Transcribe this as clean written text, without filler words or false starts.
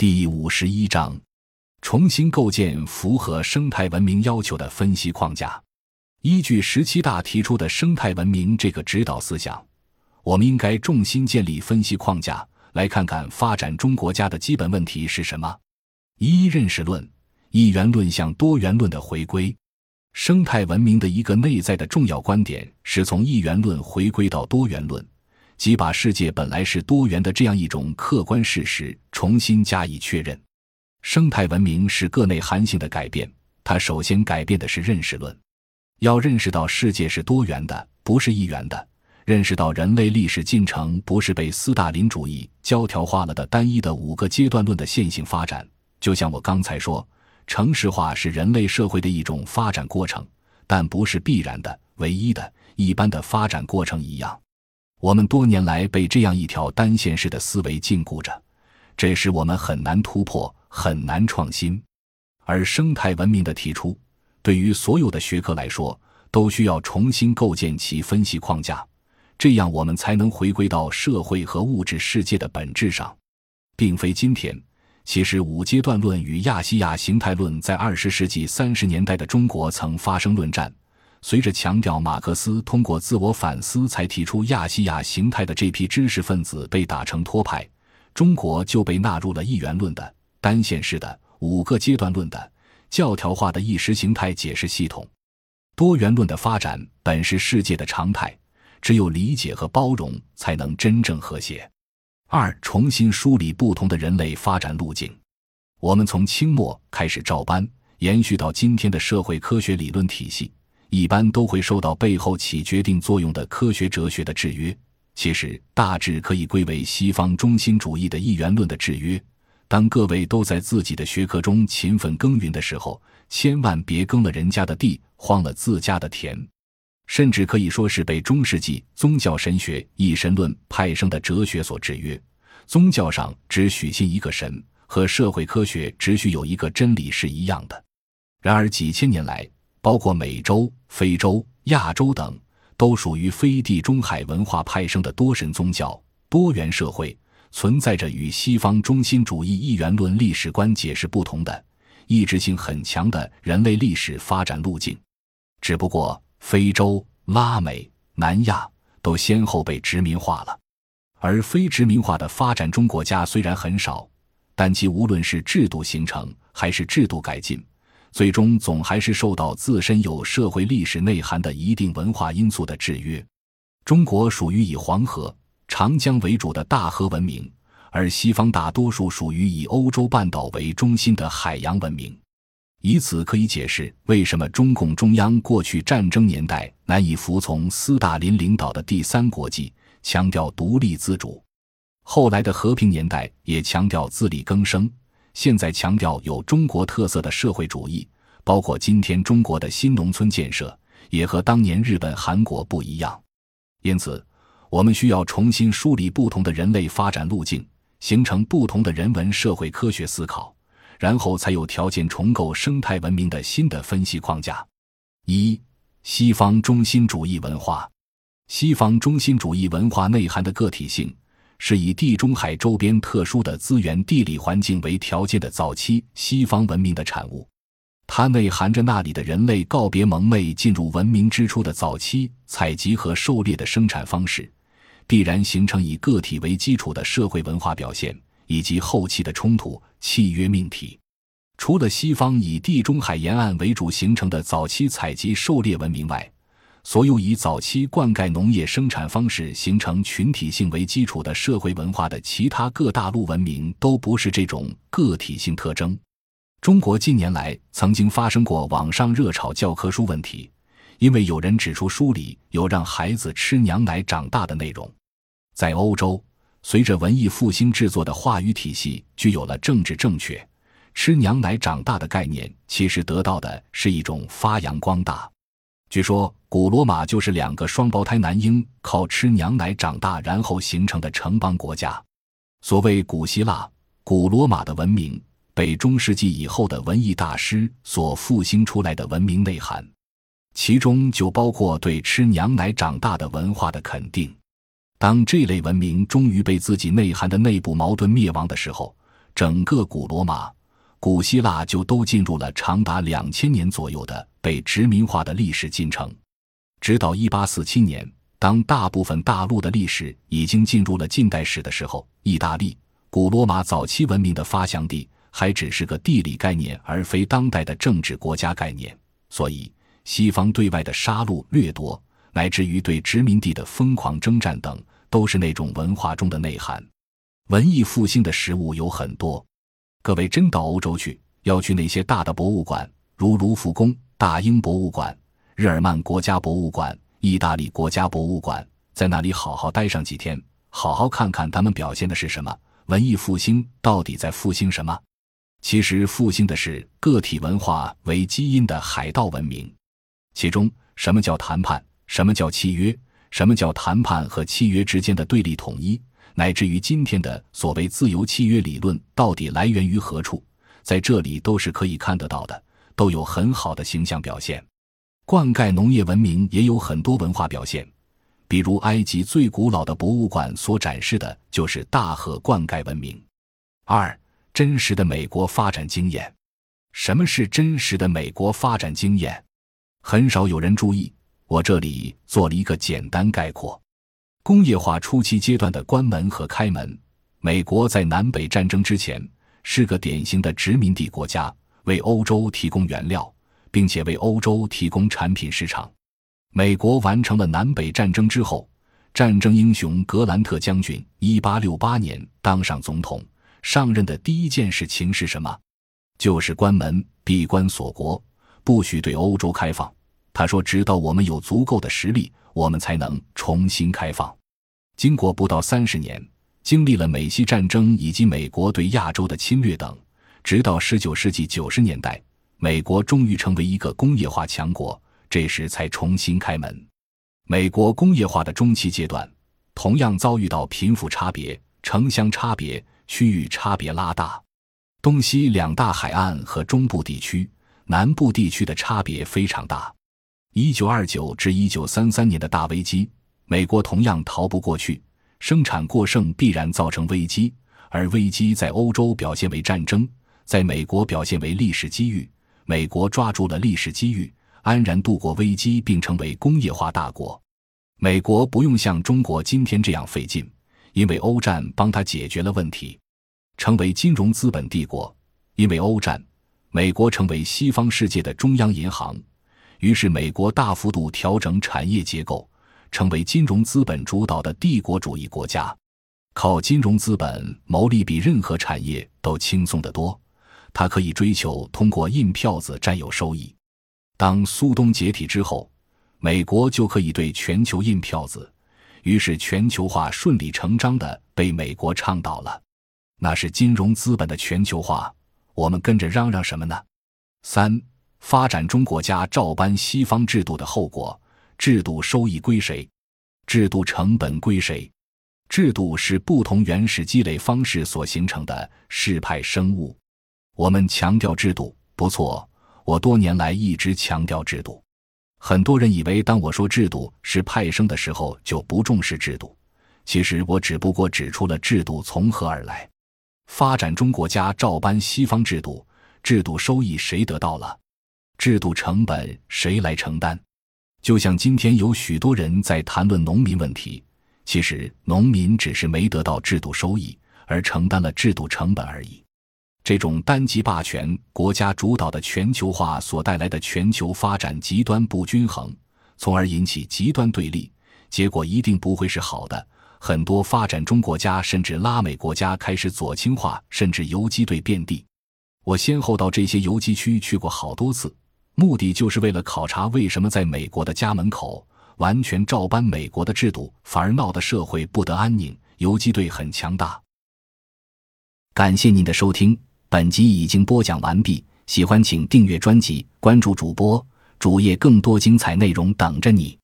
第51章，重新构建符合生态文明要求的分析框架。依据17大提出的生态文明这个指导思想，我们应该重新建立分析框架，来看看发展中国家的基本问题是什么。一、认识论，一元论向多元论的回归。生态文明的一个内在的重要观点是从一元论回归到多元论，即把世界本来是多元的这样一种客观事实重新加以确认。生态文明是个内涵性的改变，它首先改变的是认识论。要认识到世界是多元的，不是一元的，认识到人类历史进程不是被斯大林主义胶条化了的单一的5个阶段论的线性发展。就像我刚才说，城市化是人类社会的一种发展过程，但不是必然的、唯一的、一般的发展过程一样。我们多年来被这样一条单线式的思维禁锢着，这使我们很难突破，很难创新。而生态文明的提出，对于所有的学科来说，都需要重新构建其分析框架，这样我们才能回归到社会和物质世界的本质上。并非今天，其实5阶段论与亚细亚形态论在20世纪30年代的中国曾发生论战。随着强调马克思通过自我反思才提出亚细亚形态的这批知识分子被打成托派，中国就被纳入了一元论的、单线式的、5个阶段论的、教条化的意识形态解释系统。多元论的发展本是世界的常态，只有理解和包容才能真正和谐。2、重新梳理不同的人类发展路径。我们从清末开始照搬，延续到今天的社会科学理论体系，一般都会受到背后起决定作用的科学哲学的制约，其实大致可以归为西方中心主义的一元论的制约。当各位都在自己的学科中勤奋耕耘的时候，千万别耕了人家的地，荒了自家的田。甚至可以说是被中世纪宗教神学一神论派生的哲学所制约，宗教上只许信一个神，和社会科学只许有一个真理是一样的。然而几千年来，包括美洲、非洲、亚洲等，都属于非地中海文化派生的多神宗教、多元社会，存在着与西方中心主义一元论历史观解释不同的、意志性很强的人类历史发展路径。只不过非洲、拉美、南亚都先后被殖民化了，而非殖民化的发展中国家虽然很少，但其无论是制度形成还是制度改进，最终总还是受到自身有社会历史内涵的一定文化因素的制约。中国属于以黄河、长江为主的大河文明，而西方大多数属于以欧洲半岛为中心的海洋文明。以此可以解释为什么中共中央过去战争年代难以服从斯大林领导的第三国际，强调独立自主，后来的和平年代也强调自力更生，现在强调有中国特色的社会主义，包括今天中国的新农村建设，也和当年日本、韩国不一样。因此，我们需要重新梳理不同的人类发展路径，形成不同的人文社会科学思考，然后才有条件重构生态文明的新的分析框架。1、西方中心主义文化。西方中心主义文化内涵的个体性，是以地中海周边特殊的资源地理环境为条件的早期西方文明的产物。它内含着那里的人类告别蒙昧进入文明之初的早期采集和狩猎的生产方式，必然形成以个体为基础的社会文化表现，以及后期的冲突、契约命题。除了西方以地中海沿岸为主形成的早期采集狩猎文明外，所有以早期灌溉农业生产方式形成群体性为基础的社会文化的其他各大陆文明都不是这种个体性特征。中国近年来曾经发生过网上热炒教科书问题，因为有人指出书里有让孩子吃娘奶长大的内容。在欧洲，随着文艺复兴制作的话语体系具有了政治正确，吃娘奶长大的概念其实得到的是一种发扬光大。据说古罗马就是2个双胞胎男婴靠吃娘奶长大然后形成的城邦国家。所谓古希腊、古罗马的文明，被中世纪以后的文艺大师所复兴出来的文明内涵，其中就包括对吃娘奶长大的文化的肯定。当这类文明终于被自己内涵的内部矛盾灭亡的时候， 整个古罗马、古希腊就都进入了长达2000年左右的被殖民化的历史进程。直到1847年，当大部分大陆的历史已经进入了近代史的时候，意大利、古罗马早期文明的发祥地还只是个地理概念，而非当代的政治国家概念。所以西方对外的杀戮掠夺，乃至于对殖民地的疯狂征战等，都是那种文化中的内涵。文艺复兴的实物有很多，各位真到欧洲去，要去那些大的博物馆，如卢浮宫、大英博物馆、日耳曼国家博物馆、意大利国家博物馆，在那里好好待上几天，好好看看他们表现的是什么。文艺复兴到底在复兴什么？其实复兴的是个体文化为基因的海盗文明。其中什么叫谈判，什么叫契约，什么叫谈判和契约之间的对立统一，乃至于今天的所谓自由契约理论到底来源于何处，在这里都是可以看得到的，都有很好的形象表现。灌溉农业文明也有很多文化表现，比如埃及最古老的博物馆所展示的就是大河灌溉文明。2. 真实的美国发展经验。什么是真实的美国发展经验？很少有人注意，我这里做了一个简单概括。工业化初期阶段的关门和开门，美国在南北战争之前是个典型的殖民地国家，为欧洲提供原料，并且为欧洲提供产品市场。美国完成了南北战争之后，战争英雄格兰特将军1868年当上总统，上任的第一件事情是什么？就是关门，闭关锁国，不许对欧洲开放。他说，直到我们有足够的实力，我们才能重新开放。经过不到30年，经历了美西战争以及美国对亚洲的侵略等，直到19世纪90年代，美国终于成为一个工业化强国，这时才重新开门。美国工业化的中期阶段，同样遭遇到贫富差别、城乡差别、区域差别拉大。东西两大海岸和中部地区、南部地区的差别非常大。1929至1933年的大危机，美国同样逃不过去，生产过剩必然造成危机，而危机在欧洲表现为战争，在美国表现为历史机遇。美国抓住了历史机遇，安然度过危机，并成为工业化大国。美国不用像中国今天这样费劲，因为欧战帮他解决了问题，成为金融资本帝国。因为欧战，美国成为西方世界的中央银行，于是美国大幅度调整产业结构，成为金融资本主导的帝国主义国家。靠金融资本牟利比任何产业都轻松得多，它可以追求通过印票子占有收益。当苏东解体之后，美国就可以对全球印票子，于是全球化顺理成章地被美国倡导了。那是金融资本的全球化，我们跟着嚷嚷什么呢？3. 发展中国家照搬西方制度的后果，制度收益归谁？制度成本归谁？制度是不同原始积累方式所形成的势派生物。我们强调制度，不错，我多年来一直强调制度。很多人以为当我说制度是派生的时候就不重视制度，其实我只不过指出了制度从何而来。发展中国家照搬西方制度，制度收益谁得到了？制度成本谁来承担？就像今天有许多人在谈论农民问题，其实农民只是没得到制度收益，而承担了制度成本而已。这种单极霸权、国家主导的全球化所带来的全球发展极端不均衡，从而引起极端对立，结果一定不会是好的。很多发展中国家甚至拉美国家开始左倾化，甚至游击队遍地。我先后到这些游击区去过好多次，目的就是为了考察为什么在美国的家门口完全照搬美国的制度，反而闹得社会不得安宁，游击队很强大。感谢您的收听，本集已经播讲完毕，喜欢请订阅专辑，关注主播，主页更多精彩内容等着你。